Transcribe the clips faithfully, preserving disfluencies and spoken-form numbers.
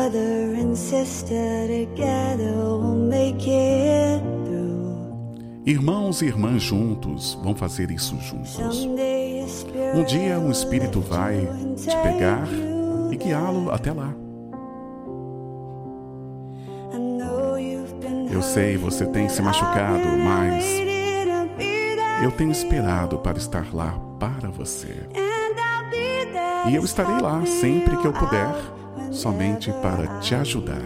brother and sister, together we'll make it through. Irmãos e irmãs juntos vão fazer isso juntos. Um dia um espírito vai te pegar e guiá-lo até lá. Eu sei, você tem se machucado, mas eu tenho esperado para estar lá para você. E eu estarei lá sempre que eu puder, somente para te ajudar.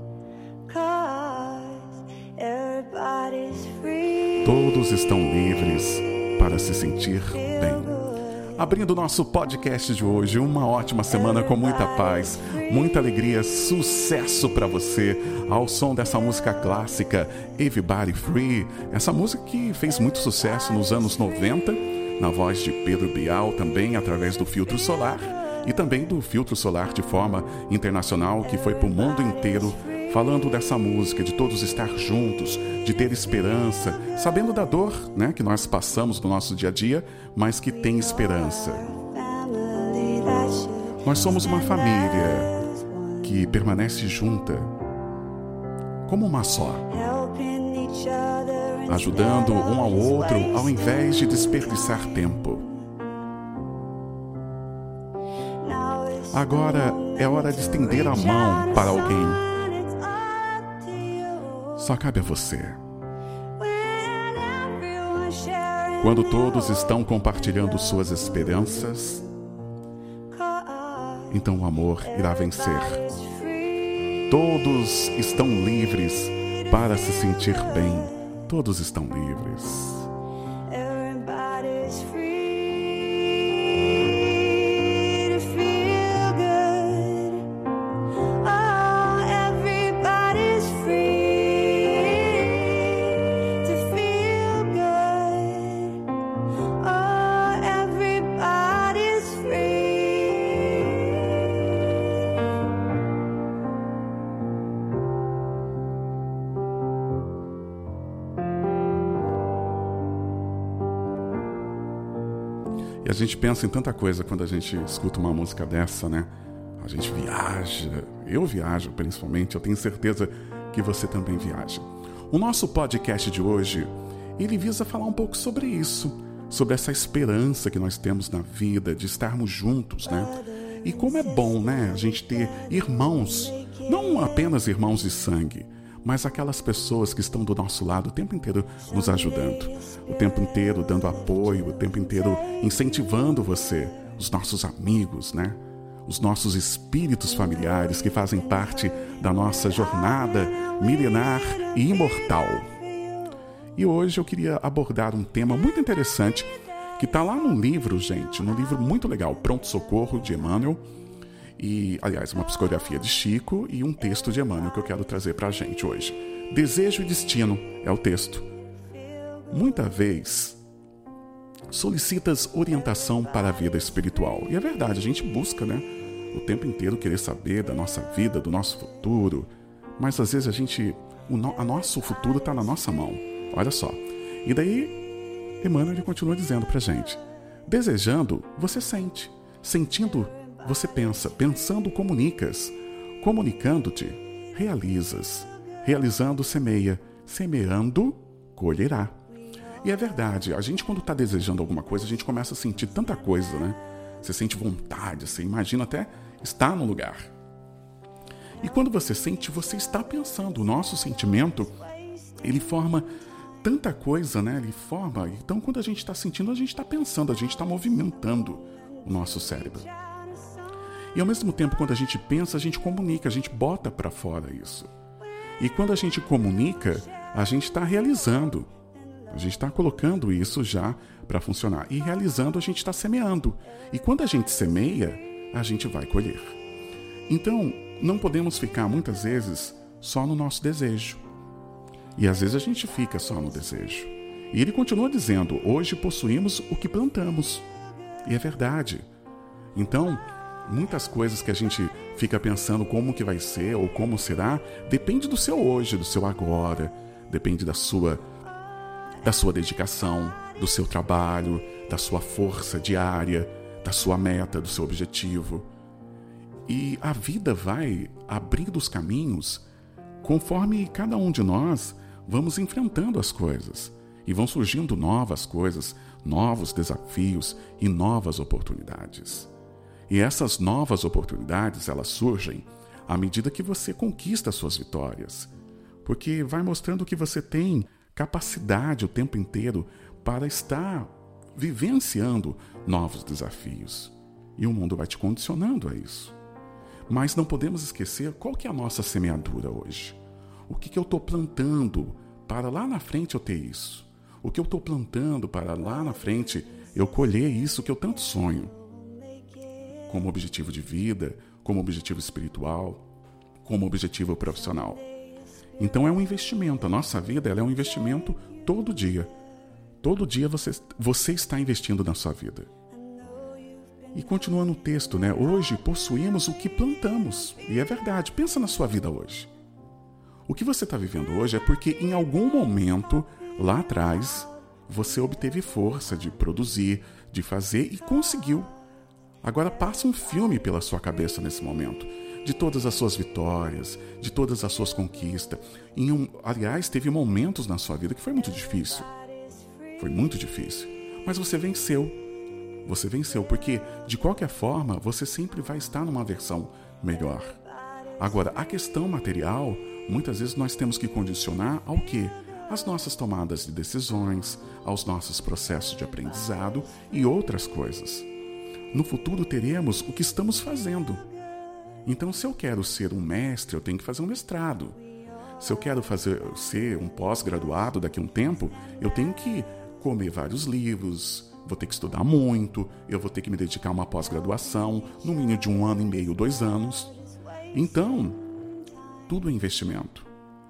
Todos estão livres para se sentir bem. Abrindo nosso podcast de hoje, uma ótima semana com muita paz, muita alegria, sucesso para você, ao som dessa música clássica, Everybody Free, essa música que fez muito sucesso nos anos noventa, na voz de Pedro Bial, também através do Filtro Solar, e também do Filtro Solar de forma internacional, que foi para o mundo inteiro, falando dessa música, de todos estar juntos, de ter esperança, sabendo da dor, né, que nós passamos no nosso dia a dia, mas que tem esperança. Nós somos uma família que permanece junta, como uma só, ajudando um ao outro ao invés de desperdiçar tempo. Agora é hora de estender a mão para alguém. Só cabe a você. Quando todos estão compartilhando suas esperanças, então o amor irá vencer. Todos estão livres para se sentir bem. Todos estão livres. E a gente pensa em tanta coisa quando a gente escuta uma música dessa, né? A gente viaja, eu viajo principalmente, eu tenho certeza que você também viaja. O nosso podcast de hoje, ele visa falar um pouco sobre isso, sobre essa esperança que nós temos na vida, de estarmos juntos, né? E como é bom, né, a gente ter irmãos, não apenas irmãos de sangue, mas aquelas pessoas que estão do nosso lado o tempo inteiro nos ajudando, o tempo inteiro dando apoio, o tempo inteiro incentivando você, os nossos amigos, né? Os nossos espíritos familiares que fazem parte da nossa jornada milenar e imortal. E hoje eu queria abordar um tema muito interessante que está lá no livro, gente, num livro muito legal, Pronto Socorro, de Emmanuel. E, aliás, uma psicografia de Chico e um texto de Emmanuel que eu quero trazer para a gente hoje. Desejo e Destino é o texto. Muita vez solicitas orientação para a vida espiritual. E é verdade, a gente busca, né, o tempo inteiro querer saber da nossa vida, do nosso futuro. Mas às vezes a gente, o no, a nosso futuro está na nossa mão. Olha só. E daí, Emmanuel ele continua dizendo para a gente: desejando, você sente. Sentindo, você pensa, pensando, comunicas, comunicando-te, realizas, realizando, semeia, semeando, colherá. E é verdade, a gente quando está desejando alguma coisa, a gente começa a sentir tanta coisa, né? Você sente vontade, você imagina até estar no lugar. E quando você sente, você está pensando. O nosso sentimento, ele forma tanta coisa, né? Ele forma, então quando a gente está sentindo, a gente está pensando, a gente está movimentando o nosso cérebro. E ao mesmo tempo, quando a gente pensa, a gente comunica, a gente bota para fora isso. E quando a gente comunica, a gente está realizando. A gente está colocando isso já para funcionar. E realizando, a gente está semeando. E quando a gente semeia, a gente vai colher. Então, não podemos ficar muitas vezes só no nosso desejo. E às vezes a gente fica só no desejo. E ele continua dizendo: hoje possuímos o que plantamos. E é verdade. Então, muitas coisas que a gente fica pensando como que vai ser ou como será, depende do seu hoje, do seu agora, depende da sua, da sua dedicação, do seu trabalho, da sua força diária, da sua meta, do seu objetivo. E a vida vai abrindo os caminhos conforme cada um de nós vamos enfrentando as coisas. E vão surgindo novas coisas, novos desafios e novas oportunidades. E essas novas oportunidades, elas surgem à medida que você conquista as suas vitórias. Porque vai mostrando que você tem capacidade o tempo inteiro para estar vivenciando novos desafios. E o mundo vai te condicionando a isso. Mas não podemos esquecer qual que é a nossa semeadura hoje. O que, que eu estou plantando para lá na frente eu ter isso? O que eu estou plantando para lá na frente eu colher isso que eu tanto sonho? Como objetivo de vida, como objetivo espiritual, como objetivo profissional. Então é um investimento. A nossa vida ela é um investimento todo dia. Todo dia você, você está investindo na sua vida. E continua no texto, né? Hoje possuímos o que plantamos. E é verdade. Pensa na sua vida hoje. O que você está vivendo hoje é porque em algum momento, lá atrás, você obteve força de produzir, de fazer e conseguiu. Agora passa um filme pela sua cabeça nesse momento. De todas as suas vitórias, de todas as suas conquistas. Em um, aliás, teve momentos na sua vida que foi muito difícil. Foi muito difícil. Mas você venceu. Você venceu, porque, de qualquer forma, você sempre vai estar numa versão melhor. Agora, a questão material, muitas vezes nós temos que condicionar ao quê? Às nossas tomadas de decisões, aos nossos processos de aprendizado e outras coisas. No futuro teremos o que estamos fazendo. Então, se eu quero ser um mestre, eu tenho que fazer um mestrado. Se eu quero fazer, ser um pós-graduado daqui a um tempo, eu tenho que comer vários livros, vou ter que estudar muito, eu vou ter que me dedicar a uma pós-graduação, no mínimo de um ano e meio, dois anos. Então, tudo é investimento.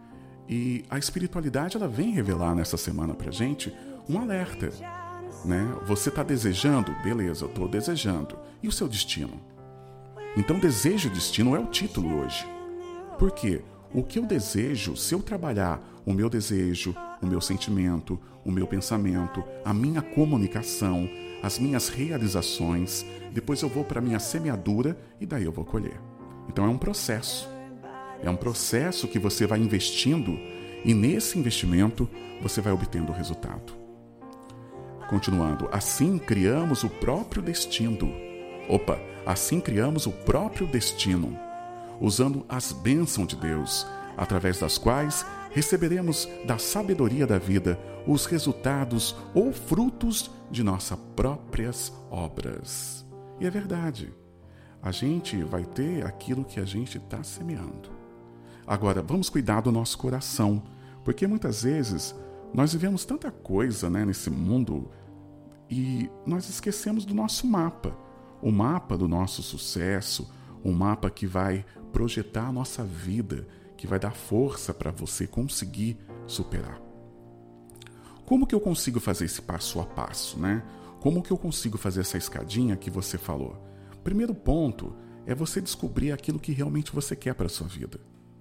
E a espiritualidade ela vem revelar nessa semana pra gente um alerta. Né? Você está desejando? Beleza, eu estou desejando. E o seu destino? Então, desejo e destino é o título hoje. Por quê? O que eu desejo, se eu trabalhar o meu desejo, o meu sentimento, o meu pensamento, a minha comunicação, as minhas realizações, depois eu vou para a minha semeadura e daí eu vou colher. Então é um processo. É um processo que você vai investindo e nesse investimento você vai obtendo o resultado. Continuando, assim criamos o próprio destino. Opa, assim criamos o próprio destino, usando as bênçãos de Deus, através das quais receberemos da sabedoria da vida os resultados ou frutos de nossas próprias obras. E é verdade, a gente vai ter aquilo que a gente está semeando. Agora, vamos cuidar do nosso coração, porque muitas vezes nós vivemos tanta coisa, né, nesse mundo e nós esquecemos do nosso mapa, o mapa do nosso sucesso, um mapa que vai projetar a nossa vida, que vai dar força para você conseguir superar. Como que eu consigo fazer esse passo a passo, né? Como que eu consigo fazer essa escadinha que você falou? Primeiro ponto é você descobrir aquilo que realmente você quer para a sua vida.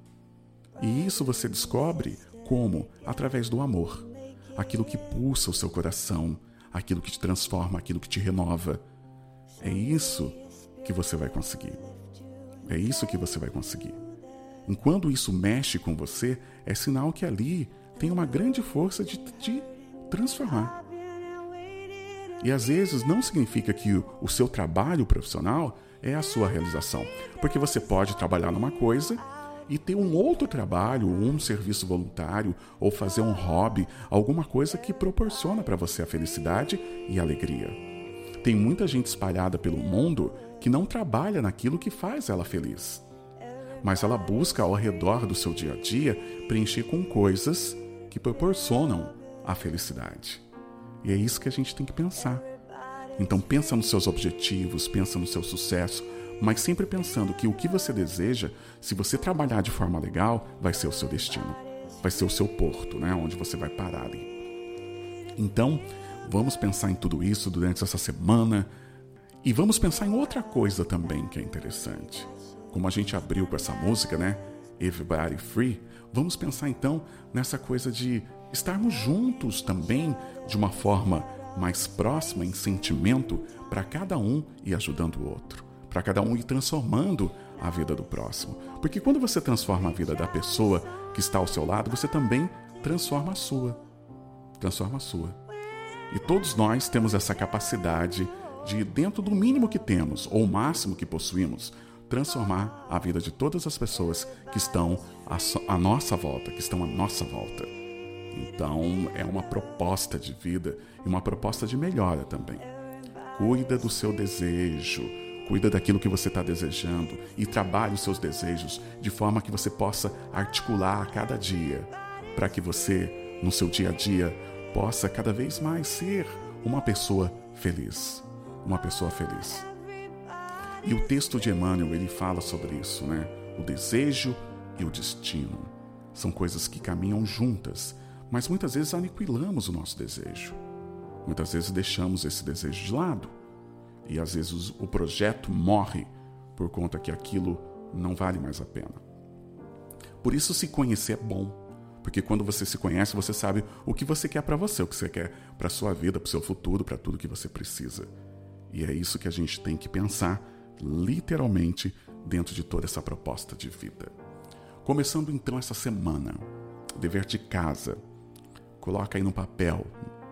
E isso você descobre como? Através do amor. Aquilo que pulsa o seu coração, aquilo que te transforma, aquilo que te renova. É isso que você vai conseguir. É isso que você vai conseguir. Enquanto isso mexe com você, é sinal que ali tem uma grande força de te transformar. E às vezes não significa que o seu trabalho profissional é a sua realização. Porque você pode trabalhar numa coisa e ter um outro trabalho, um serviço voluntário, ou fazer um hobby, alguma coisa que proporciona para você a felicidade e a alegria. Tem muita gente espalhada pelo mundo que não trabalha naquilo que faz ela feliz. Mas ela busca ao redor do seu dia a dia preencher com coisas que proporcionam a felicidade. E é isso que a gente tem que pensar. Então pensa nos seus objetivos, pensa no seu sucesso, mas sempre pensando que o que você deseja, se você trabalhar de forma legal, vai ser o seu destino. Vai ser o seu porto, né? Onde você vai parar ali. Então, vamos pensar em tudo isso durante essa semana. E vamos pensar em outra coisa também que é interessante. Como a gente abriu com essa música, né? Everybody Free. Vamos pensar então nessa coisa de estarmos juntos também de uma forma mais próxima em sentimento para cada um e ajudando o outro. para cada um ir transformando a vida do próximo. Porque quando você transforma a vida da pessoa que está ao seu lado, você também transforma a sua. Transforma a sua. E todos nós temos essa capacidade de, dentro do mínimo que temos, ou o máximo que possuímos, transformar a vida de todas as pessoas que estão à, so- à nossa volta, que estão à nossa volta. Então, é uma proposta de vida e uma proposta de melhora também. Cuida do seu desejo, cuida daquilo que você está desejando e trabalhe os seus desejos de forma que você possa articular a cada dia, para que você, no seu dia a dia, possa cada vez mais ser uma pessoa feliz. Uma pessoa feliz. E o texto de Emmanuel, ele fala sobre isso, né? O desejo e o destino são coisas que caminham juntas, mas muitas vezes aniquilamos o nosso desejo. Muitas vezes deixamos esse desejo de lado. E às vezes o projeto morre por conta que aquilo não vale mais a pena. Por isso, se conhecer é bom. Porque quando você se conhece, você sabe o que você quer para você, o que você quer para a sua vida, para o seu futuro, para tudo que você precisa. E é isso que a gente tem que pensar, literalmente, dentro de toda essa proposta de vida. Começando então essa semana, dever de casa. Coloca aí no papel,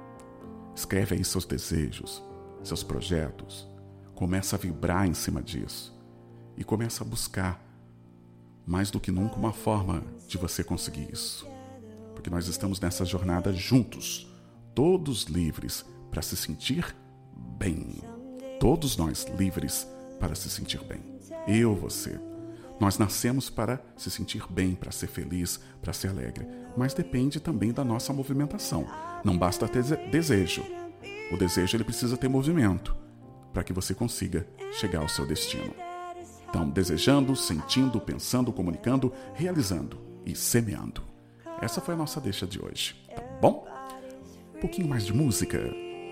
escreve aí seus desejos, seus projetos. Começa a vibrar em cima disso. E começa a buscar, mais do que nunca, uma forma de você conseguir isso. Porque nós estamos nessa jornada juntos, todos livres para se sentir bem. Todos nós livres para se sentir bem. Eu, você. Nós nascemos para se sentir bem, para ser feliz, para ser alegre. Mas depende também da nossa movimentação. Não basta ter desejo. O desejo ele precisa ter movimento para que você consiga chegar ao seu destino. Então, desejando, sentindo, pensando, comunicando, realizando e semeando. Essa foi a nossa deixa de hoje, tá bom? Um pouquinho mais de música.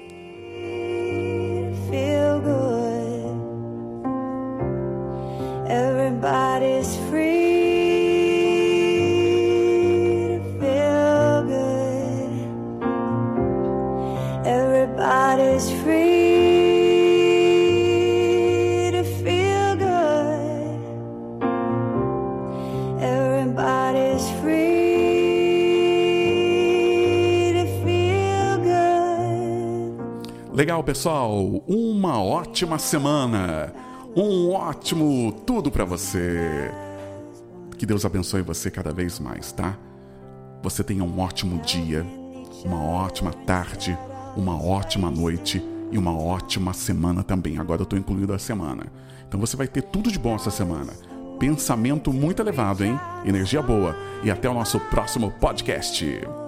Feel good. Everybody's free to feel good. Everybody's free to feel good. Everybody's free. Legal, pessoal, uma ótima semana, um ótimo tudo para você. Que Deus abençoe você cada vez mais, tá? Você tenha um ótimo dia, uma ótima tarde, uma ótima noite e uma ótima semana também. Agora eu estou incluindo a semana. Então você vai ter tudo de bom essa semana. Pensamento muito elevado, hein? Energia boa. E até o nosso próximo podcast.